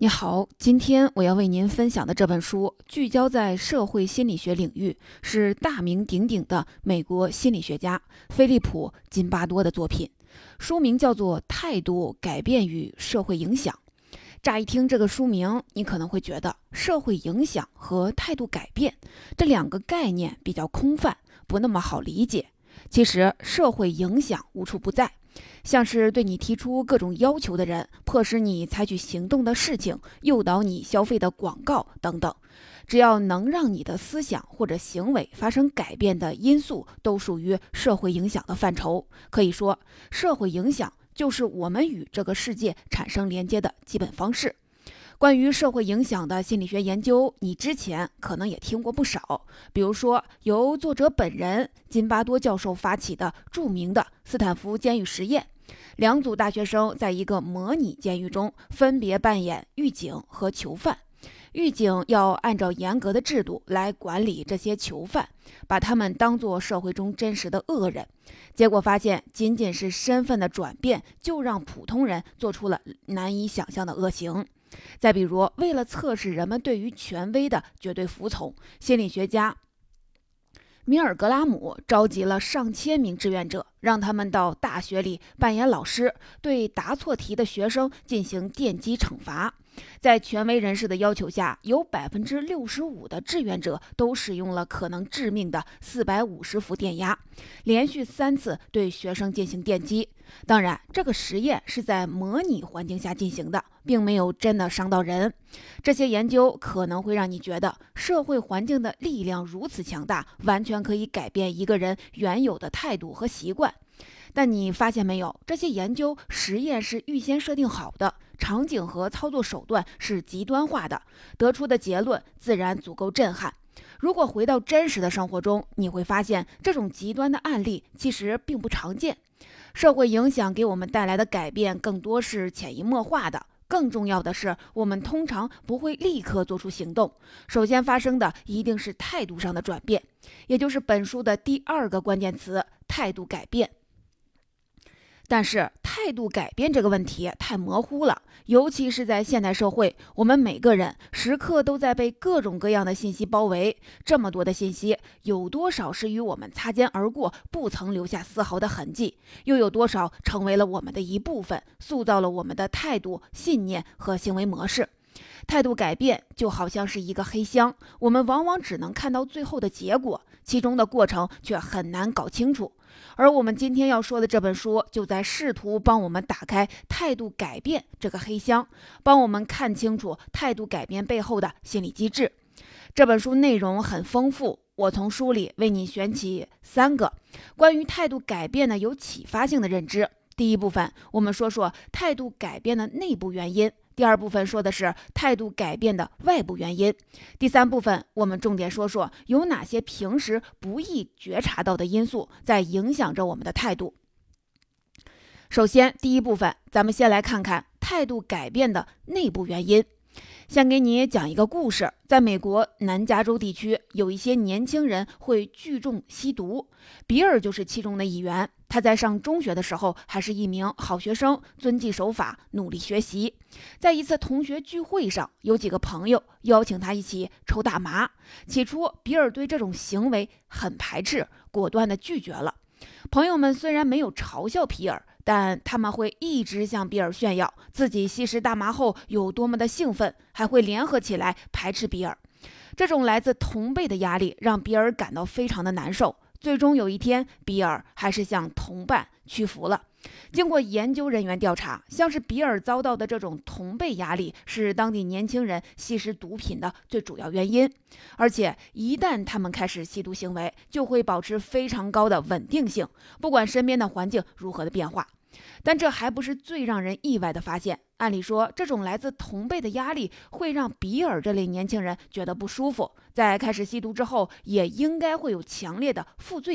你好，今天我要为您分享的这本书聚焦在社会心理学领域，是大名鼎鼎的美国心理学家菲利普·金巴多的作品。书名叫做《态度改变与社会影响》。乍一听这个书名，你可能会觉得社会影响和态度改变这两个概念比较空泛，不那么好理解。其实，社会影响无处不在。像是对你提出各种要求的人，迫使你采取行动的事情，诱导你消费的广告等等，只要能让你的思想或者行为发生改变的因素，都属于社会影响的范畴。可以说，社会影响就是我们与这个世界产生连接的基本方式。关于社会影响的心理学研究，你之前可能也听过不少，比如说由作者本人金巴多教授发起的著名的斯坦福监狱实验，两组大学生在一个模拟监狱中分别扮演狱警和囚犯。狱警要按照严格的制度来管理这些囚犯，把他们当作社会中真实的恶人。结果发现，仅仅是身份的转变，就让普通人做出了难以想象的恶行。再比如，为了测试人们对于权威的绝对服从，心理学家米尔格拉姆召集了上千名志愿者，让他们到大学里扮演老师，对答错题的学生进行电击惩罚。在权威人士的要求下，有65%的志愿者都使用了可能致命的450伏电压，连续3次对学生进行电击。当然，这个实验是在模拟环境下进行的，并没有真的伤到人。这些研究可能会让你觉得社会环境的力量如此强大，完全可以改变一个人原有的态度和习惯。但你发现没有，这些研究实验是预先设定好的，场景和操作手段是极端化的，得出的结论自然足够震撼。如果回到真实的生活中，你会发现这种极端的案例其实并不常见。社会影响给我们带来的改变更多是潜移默化的，更重要的是，我们通常不会立刻做出行动。首先发生的一定是态度上的转变，也就是本书的第二个关键词：态度改变。但是态度改变这个问题太模糊了，尤其是在现代社会，我们每个人时刻都在被各种各样的信息包围。这么多的信息，有多少是与我们擦肩而过，不曾留下丝毫的痕迹？又有多少成为了我们的一部分，塑造了我们的态度、信念和行为模式？态度改变就好像是一个黑箱，我们往往只能看到最后的结果，其中的过程却很难搞清楚。而我们今天要说的这本书，就在试图帮我们打开态度改变这个黑箱，帮我们看清楚态度改变背后的心理机制。这本书内容很丰富，我从书里为你选起3个关于态度改变的有启发性的认知。第一部分，我们说说态度改变的内部原因。第二部分说的是态度改变的外部原因。第三部分，我们重点说说有哪些平时不易觉察到的因素在影响着我们的态度。首先，第一部分，咱们先来看看态度改变的内部原因。先给你讲一个故事，在美国南加州地区，有一些年轻人会聚众吸毒，比尔就是其中的一员。他在上中学的时候还是一名好学生，遵纪守法，努力学习。在一次同学聚会上，有几个朋友邀请他一起抽大麻。起初，比尔对这种行为很排斥，果断地拒绝了。朋友们虽然没有嘲笑比尔，但他们会一直向比尔炫耀自己吸食大麻后有多么的兴奋，还会联合起来排斥比尔。这种来自同辈的压力让比尔感到非常的难受。最终有一天，比尔还是向同伴屈服了。经过研究人员调查，像是比尔遭到的这种同辈压力是当地年轻人吸食毒品的最主要原因，而且一旦他们开始吸毒行为，就会保持非常高的稳定性，不管身边的环境如何的变化。但这还不是最让人意外的发现。按理说，这种来自同辈的压力会让比尔这类年轻人觉得不舒服，在开始吸毒之后，也应该会有强烈的负罪感。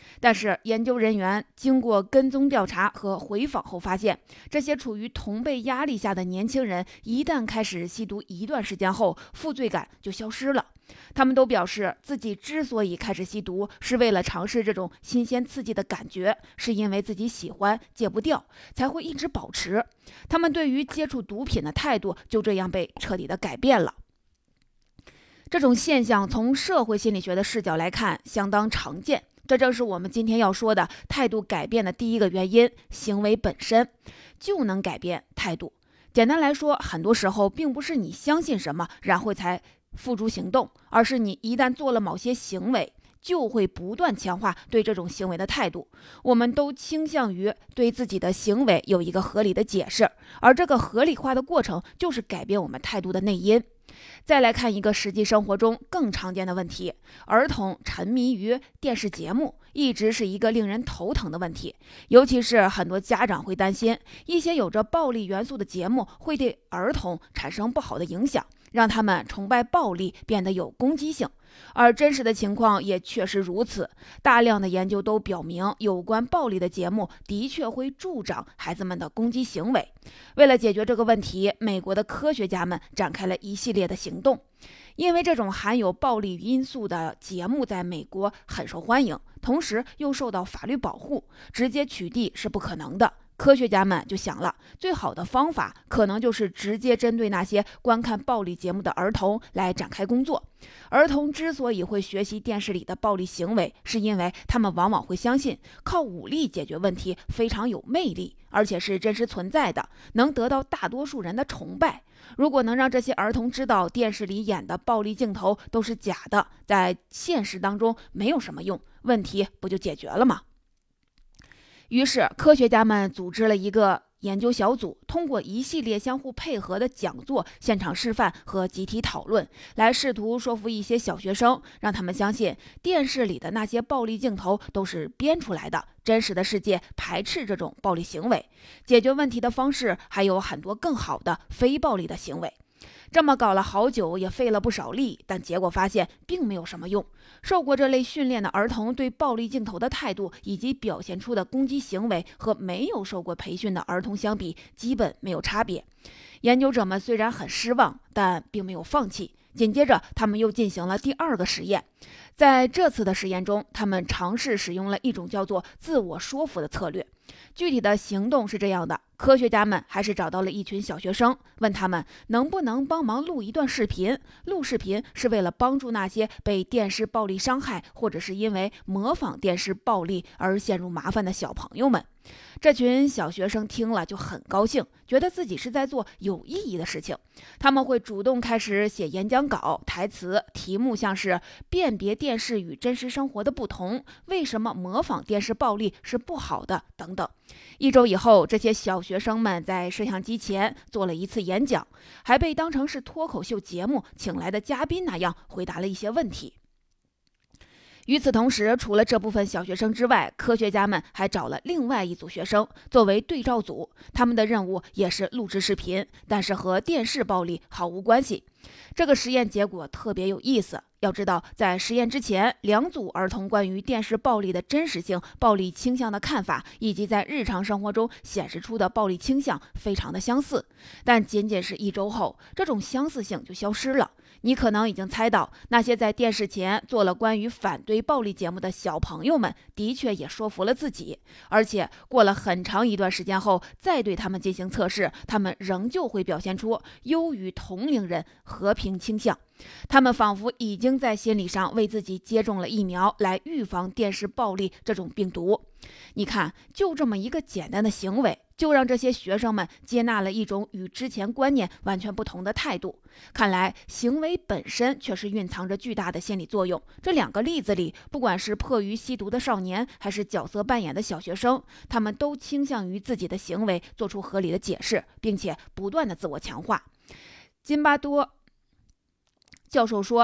但是研究人员经过跟踪调查和回访后发现，这些处于同辈压力下的年轻人一旦开始吸毒一段时间后，负罪感就消失了。他们都表示，自己之所以开始吸毒，是为了尝试这种新鲜刺激的感觉，是因为自己喜欢，戒不掉，才会一直保持。他们对于接触毒品的态度就这样被彻底的改变了。这种现象从社会心理学的视角来看，相当常见。这正是我们今天要说的态度改变的第一个原因，行为本身就能改变态度。简单来说，很多时候并不是你相信什么，然后才付诸行动，而是你一旦做了某些行为，就会不断强化对这种行为的态度。我们都倾向于对自己的行为有一个合理的解释，而这个合理化的过程就是改变我们态度的内因。再来看一个实际生活中更常见的问题，儿童沉迷于电视节目一直是一个令人头疼的问题，尤其是很多家长会担心，一些有着暴力元素的节目会对儿童产生不好的影响，让他们崇拜暴力，变得有攻击性。而真实的情况也确实如此，大量的研究都表明，有关暴力的节目的确会助长孩子们的攻击行为。为了解决这个问题，美国的科学家们展开了一系列的行动。因为这种含有暴力因素的节目在美国很受欢迎，同时又受到法律保护，直接取缔是不可能的。科学家们就想了，最好的方法可能就是直接针对那些观看暴力节目的儿童来展开工作。儿童之所以会学习电视里的暴力行为，是因为他们往往会相信靠武力解决问题非常有魅力，而且是真实存在的，能得到大多数人的崇拜。如果能让这些儿童知道电视里演的暴力镜头都是假的，在现实当中没有什么用，问题不就解决了吗？于是科学家们组织了一个研究小组，通过一系列相互配合的讲座、现场示范和集体讨论，来试图说服一些小学生，让他们相信电视里的那些暴力镜头都是编出来的，真实的世界排斥这种暴力行为。解决问题的方式还有很多更好的非暴力的行为。这么搞了好久，也费了不少力，但结果发现并没有什么用。受过这类训练的儿童对暴力镜头的态度以及表现出的攻击行为和没有受过培训的儿童相比，基本没有差别。研究者们虽然很失望，但并没有放弃。紧接着，他们又进行了第二个实验。在这次的实验中，他们尝试使用了一种叫做自我说服的策略。具体的行动是这样的：科学家们还是找到了一群小学生，问他们能不能帮忙录一段视频。录视频是为了帮助那些被电视暴力伤害，或者是因为模仿电视暴力而陷入麻烦的小朋友们。这群小学生听了就很高兴，觉得自己是在做有意义的事情。他们会主动开始写演讲稿、台词，题目像是辨别电视与真实生活的不同，为什么模仿电视暴力是不好的等等。一周以后，这些小学生们在摄像机前做了一次演讲，还被当成是脱口秀节目请来的嘉宾那样回答了一些问题。与此同时，除了这部分小学生之外，科学家们还找了另外一组学生作为对照组，他们的任务也是录制视频，但是和电视暴力毫无关系。这个实验结果特别有意思。要知道，在实验之前，两组儿童关于电视暴力的真实性、暴力倾向的看法，以及在日常生活中显示出的暴力倾向非常的相似。但仅仅是一周后，这种相似性就消失了。你可能已经猜到，那些在电视前做了关于反对暴力节目的小朋友们，的确也说服了自己。而且过了很长一段时间后，再对他们进行测试，他们仍旧会表现出优于同龄人和平倾向。他们仿佛已经在心理上为自己接种了疫苗，来预防电视暴力这种病毒。你看，就这么一个简单的行为，就让这些学生们接纳了一种与之前观念完全不同的态度。看来，行为本身确实蕴藏着巨大的心理作用。这两个例子里，不管是迫于吸毒的少年，还是角色扮演的小学生，他们都倾向于自己的行为做出合理的解释，并且不断的自我强化。津巴多教授说，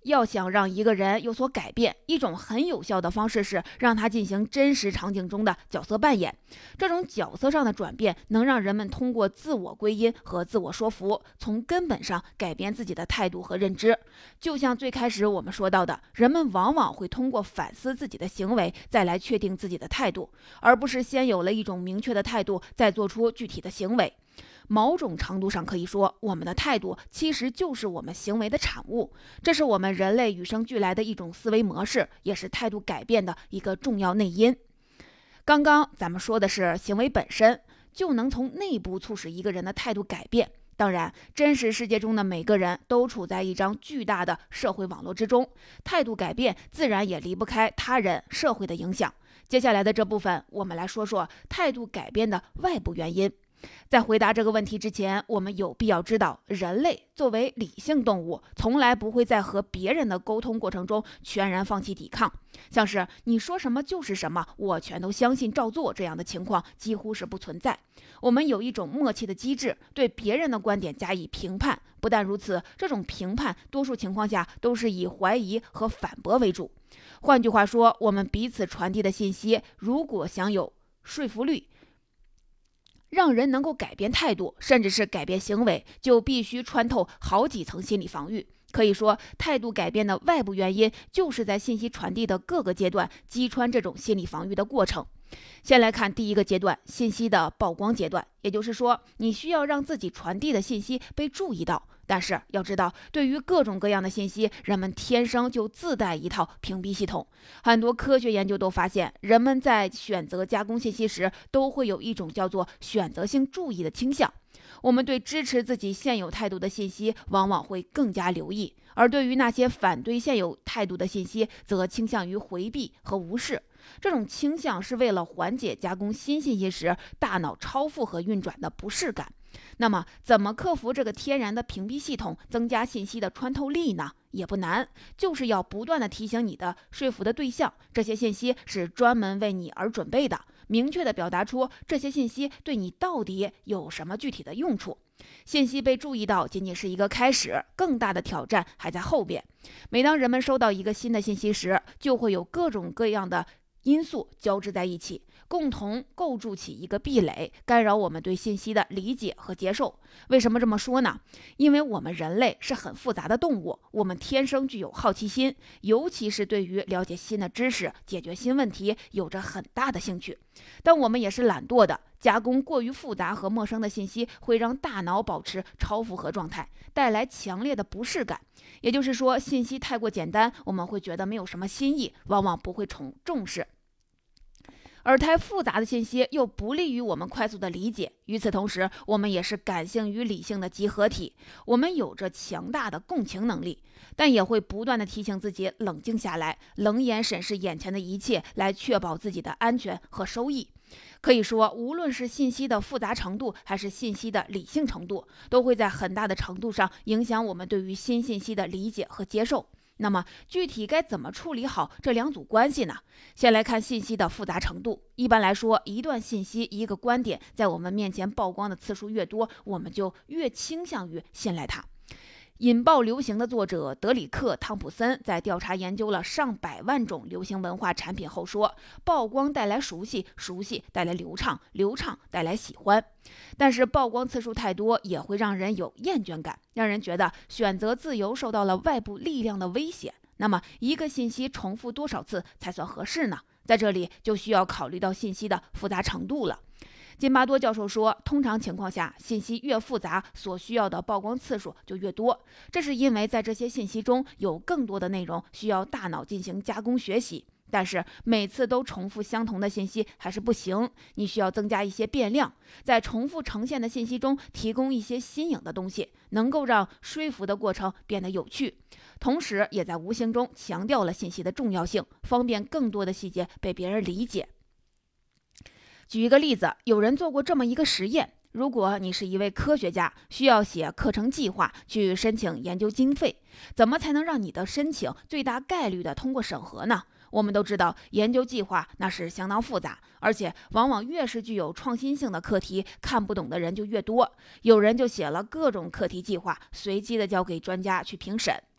要想让一个人有所改变，一种很有效的方式是让他进行真实场景中的角色扮演。这种角色上的转变能让人们通过自我归因和自我说服，从根本上改变自己的态度和认知。就像最开始我们说到的，人们往往会通过反思自己的行为，再来确定自己的态度，而不是先有了一种明确的态度，再做出具体的行为。某种程度上可以说，我们的态度其实就是我们行为的产物，这是我们人类与生俱来的一种思维模式，也是态度改变的一个重要内因。刚刚咱们说的是行为本身就能从内部促使一个人的态度改变，当然，真实世界中的每个人都处在一张巨大的社会网络之中，态度改变自然也离不开他人、社会的影响。接下来的这部分，我们来说说态度改变的外部原因。在回答这个问题之前，我们有必要知道，人类作为理性动物，从来不会在和别人的沟通过程中全然放弃抵抗。像是你说什么就是什么，我全都相信照做这样的情况几乎是不存在。我们有一种默契的机制，对别人的观点加以评判。不但如此，这种评判多数情况下都是以怀疑和反驳为主。换句话说，我们彼此传递的信息，如果想有说服力，让人能够改变态度，甚至是改变行为，就必须穿透好几层心理防御。可以说，态度改变的外部原因，就是在信息传递的各个阶段击穿这种心理防御的过程。先来看第一个阶段，信息的曝光阶段，也就是说，你需要让自己传递的信息被注意到。但是要知道，对于各种各样的信息，人们天生就自带一套屏蔽系统。很多科学研究都发现，人们在选择加工信息时，都会有一种叫做选择性注意的倾向。我们对支持自己现有态度的信息，往往会更加留意，而对于那些反对现有态度的信息，则倾向于回避和无视。这种倾向是为了缓解加工新信息时大脑超负荷运转的不适感。那么，怎么克服这个天然的屏蔽系统，增加信息的穿透力呢？也不难，就是要不断地提醒你的说服的对象，这些信息是专门为你而准备的，明确地表达出这些信息对你到底有什么具体的用处。信息被注意到仅仅是一个开始，更大的挑战还在后边。每当人们收到一个新的信息时，就会有各种各样的因素交织在一起，共同构筑起一个壁垒，干扰我们对信息的理解和接受。为什么这么说呢？因为我们人类是很复杂的动物，我们天生具有好奇心，尤其是对于了解新的知识、解决新问题有着很大的兴趣。但我们也是懒惰的，加工过于复杂和陌生的信息会让大脑保持超负荷状态，带来强烈的不适感。也就是说，信息太过简单，我们会觉得没有什么新意，往往不会重视。而太复杂的信息又不利于我们快速的理解。与此同时，我们也是感性与理性的集合体，我们有着强大的共情能力，但也会不断的提醒自己冷静下来，冷眼审视眼前的一切，来确保自己的安全和收益。可以说，无论是信息的复杂程度，还是信息的理性程度，都会在很大的程度上影响我们对于新信息的理解和接受。那么具体该怎么处理好这两组关系呢？先来看信息的复杂程度。一般来说，一段信息、一个观点在我们面前曝光的次数越多，我们就越倾向于信赖它。引爆流行的作者德里克·汤普森在调查研究了上百万种流行文化产品后说，曝光带来熟悉，熟悉带来流畅，流畅带来喜欢。但是曝光次数太多也会让人有厌倦感，让人觉得选择自由受到了外部力量的威胁。那么一个信息重复多少次才算合适呢？在这里就需要考虑到信息的复杂程度了。津巴多教授说，通常情况下，信息越复杂，所需要的曝光次数就越多。这是因为在这些信息中有更多的内容需要大脑进行加工学习。但是每次都重复相同的信息还是不行，你需要增加一些变量，在重复呈现的信息中提供一些新颖的东西，能够让说服的过程变得有趣，同时也在无形中强调了信息的重要性，方便更多的细节被别人理解。举一个例子，有人做过这么一个实验，如果你是一位科学家，需要写课程计划去申请研究经费，怎么才能让你的申请最大概率的通过审核呢？我们都知道，研究计划那是相当复杂，而且往往越是具有创新性的课题，看不懂的人就越多。有人就写了各种课题计划，随机的交给专家去评审，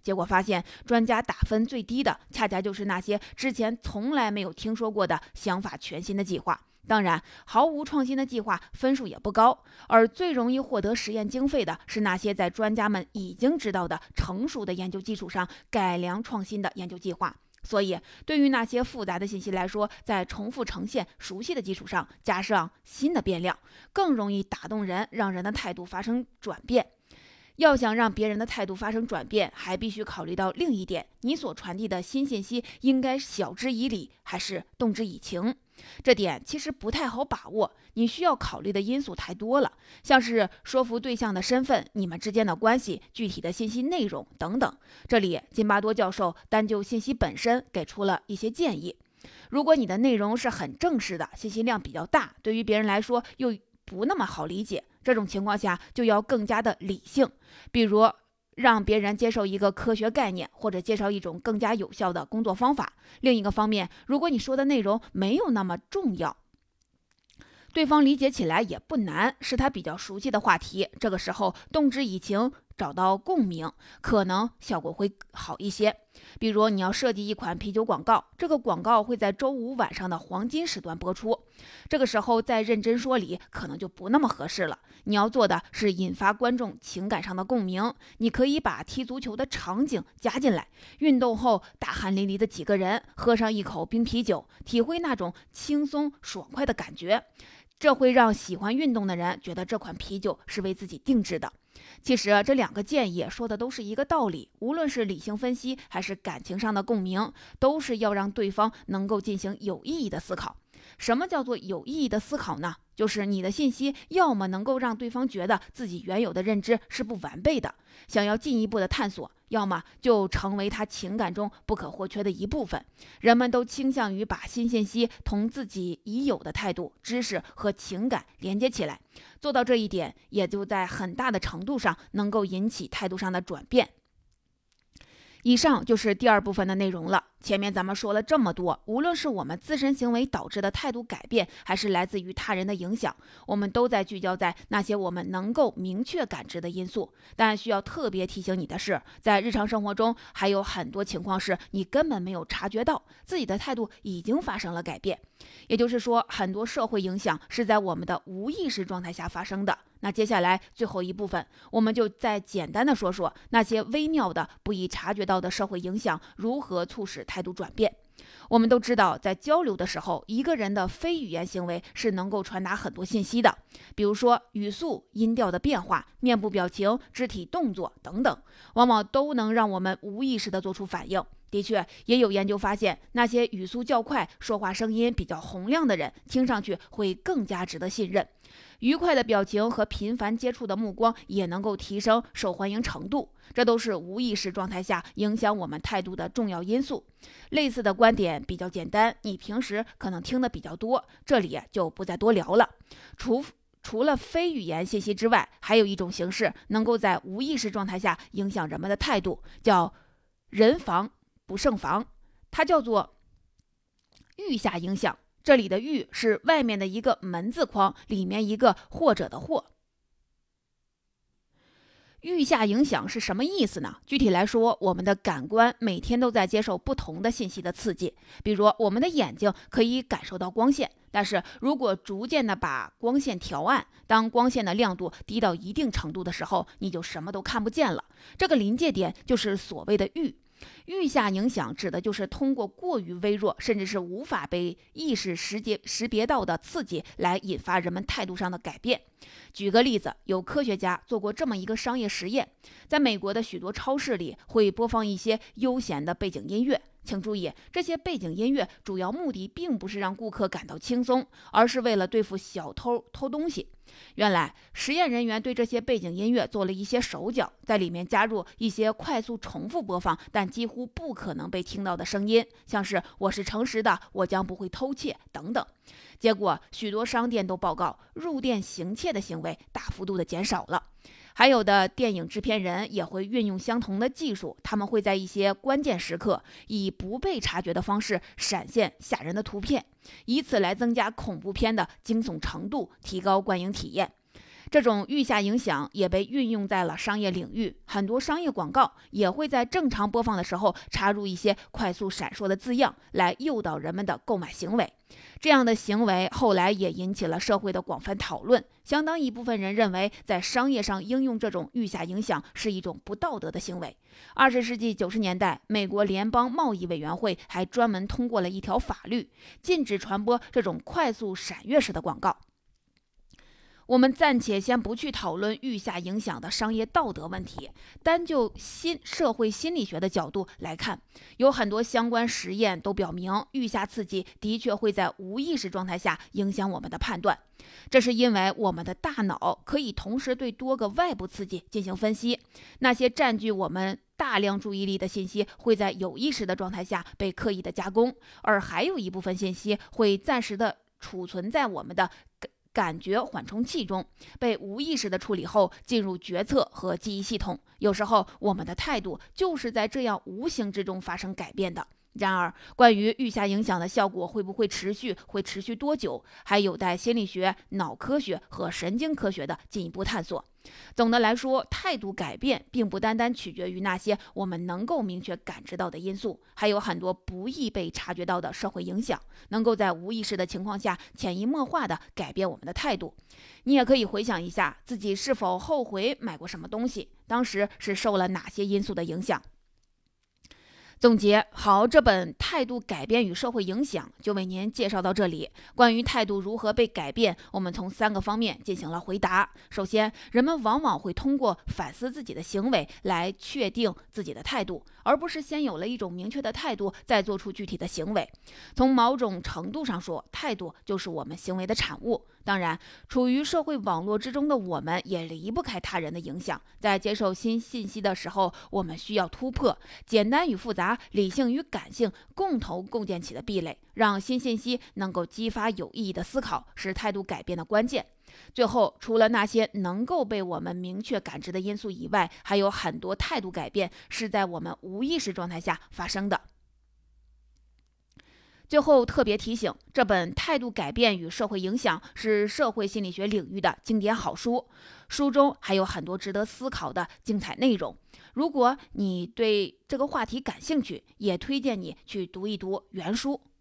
结果发现，专家打分最低的，恰恰就是那些之前从来没有听说过的想法全新的计划。当然，毫无创新的计划分数也不高，而最容易获得实验经费的是那些在专家们已经知道的成熟的研究基础上改良创新的研究计划。所以，对于那些复杂的信息来说，在重复呈现熟悉的基础上加上新的变量，更容易打动人，让人的态度发生转变。要想让别人的态度发生转变，还必须考虑到另一点：你所传递的新信息应该晓之以理，还是动之以情？这点其实不太好把握，你需要考虑的因素太多了，像是说服对象的身份、你们之间的关系、具体的信息内容等等。这里，津巴多教授单就信息本身给出了一些建议。如果你的内容是很正式的，信息量比较大，对于别人来说又不那么好理解，这种情况下就要更加的理性，比如让别人接受一个科学概念，或者介绍一种更加有效的工作方法。另一个方面，如果你说的内容没有那么重要，对方理解起来也不难，是他比较熟悉的话题，这个时候动之以情，找到共鸣，可能效果会好一些。比如你要设计一款啤酒广告，这个广告会在周五晚上的黄金时段播出，这个时候再认真说理可能就不那么合适了。你要做的是引发观众情感上的共鸣，你可以把踢足球的场景加进来，运动后大汗淋漓的几个人喝上一口冰啤酒，体会那种轻松爽快的感觉，这会让喜欢运动的人觉得这款啤酒是为自己定制的。其实这两个建议说的都是一个道理，无论是理性分析还是感情上的共鸣，都是要让对方能够进行有意义的思考。什么叫做有意义的思考呢？就是你的信息要么能够让对方觉得自己原有的认知是不完备的，想要进一步的探索，要么就成为他情感中不可或缺的一部分。人们都倾向于把新信息同自己已有的态度、知识和情感连接起来，做到这一点，也就在很大的程度上能够引起态度上的转变。以上就是第二部分的内容了。前面咱们说了这么多，无论是我们自身行为导致的态度改变，还是来自于他人的影响，我们都在聚焦在那些我们能够明确感知的因素。但需要特别提醒你的是，在日常生活中，还有很多情况是你根本没有察觉到自己的态度已经发生了改变。也就是说，很多社会影响是在我们的无意识状态下发生的。那接下来最后一部分，我们就再简单的说说那些微妙的不易察觉到的社会影响如何促使态度转变。我们都知道，在交流的时候，一个人的非语言行为是能够传达很多信息的，比如说语速、音调的变化、面部表情、肢体动作等等，往往都能让我们无意识地做出反应。的确，也有研究发现，那些语速较快、说话声音比较洪亮的人，听上去会更加值得信任。愉快的表情和频繁接触的目光也能够提升受欢迎程度，这都是无意识状态下影响我们态度的重要因素。类似的观点比较简单，你平时可能听的比较多，这里就不再多聊了。除了非语言信息之外，还有一种形式能够在无意识状态下影响人们的态度，叫人防不胜防，它叫做阈下影响。这里的阈是外面的一个门字框，里面一个或者的或。阈下影响是什么意思呢？具体来说，我们的感官每天都在接受不同的信息的刺激，比如我们的眼睛可以感受到光线，但是如果逐渐的把光线调暗，当光线的亮度低到一定程度的时候，你就什么都看不见了。这个临界点就是所谓的阈。阈下影响指的就是通过过于微弱，甚至是无法被意识识别到的刺激来引发人们态度上的改变。举个例子，有科学家做过这么一个商业实验，在美国的许多超市里会播放一些悠闲的背景音乐。请注意，这些背景音乐主要目的并不是让顾客感到轻松，而是为了对付小偷偷东西。原来，实验人员对这些背景音乐做了一些手脚，在里面加入一些快速重复播放但几乎不可能被听到的声音，像是“我是诚实的，我将不会偷窃”等等。结果，许多商店都报告入店行窃的行为大幅度的减少了。还有的电影制片人也会运用相同的技术，他们会在一些关键时刻以不被察觉的方式闪现吓人的图片，以此来增加恐怖片的惊悚程度，提高观影体验。 这种预下影响也被运用在了商业领域，很多商业广告也会在正常播放的时候插入一些快速闪烁的字样，来诱导人们的购买行为。这样的行为后来也引起了社会的广泛讨论，相当一部分人认为在商业上应用这种预下影响是一种不道德的行为。20世纪90年代，美国联邦贸易委员会还专门通过了一条法律，禁止传播这种快速闪跃式的广告。我们暂且先不去讨论预下影响的商业道德问题，单就社会心理学的角度来看，有很多相关实验都表明，预下刺激的确会在无意识状态下影响我们的判断。这是因为我们的大脑可以同时对多个外部刺激进行分析，那些占据我们大量注意力的信息会在有意识的状态下被刻意的加工，而还有一部分信息会暂时的储存在我们的感觉缓冲器中，被无意识的处理后进入决策和记忆系统。有时候我们的态度就是在这样无形之中发生改变的。然而，关于预下影响的效果会不会持续，会持续多久，还有待心理学、脑科学和神经科学的进一步探索。总的来说，态度改变并不单单取决于那些我们能够明确感知到的因素，还有很多不易被察觉到的社会影响，能够在无意识的情况下潜移默化地改变我们的态度。你也可以回想一下自己是否后悔买过什么东西，当时是受了哪些因素的影响。总结好，这本《态度改变与社会影响》就为您介绍到这里。关于态度如何被改变，我们从3个方面进行了回答。首先，人们往往会通过反思自己的行为来确定自己的态度，而不是先有了一种明确的态度，再做出具体的行为。从某种程度上说，态度就是我们行为的产物。当然，处于社会网络之中的我们也离不开他人的影响。在接受新信息的时候，我们需要突破简单与复杂、理性与感性共同构建起的壁垒，让新信息能够激发有意义的思考，是态度改变的关键。最后，除了那些能够被我们明确感知的因素以外，还有很多态度改变是在我们无意识状态下发生的。最后特别提醒，这本《态度改变与社会影响》是社会心理学领域的经典好书，书中还有很多值得思考的精彩内容。如果你对这个话题感兴趣，也推荐你去读一读原书。